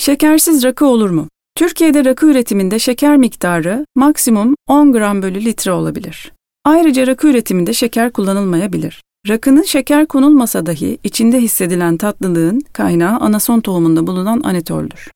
Şekersiz rakı olur mu? Türkiye'de rakı üretiminde şeker miktarı maksimum 10 gram bölü litre olabilir. Ayrıca rakı üretiminde şeker kullanılmayabilir. Rakının şeker konulmasa dahi içinde hissedilen tatlılığın kaynağı anason tohumunda bulunan anetoldür.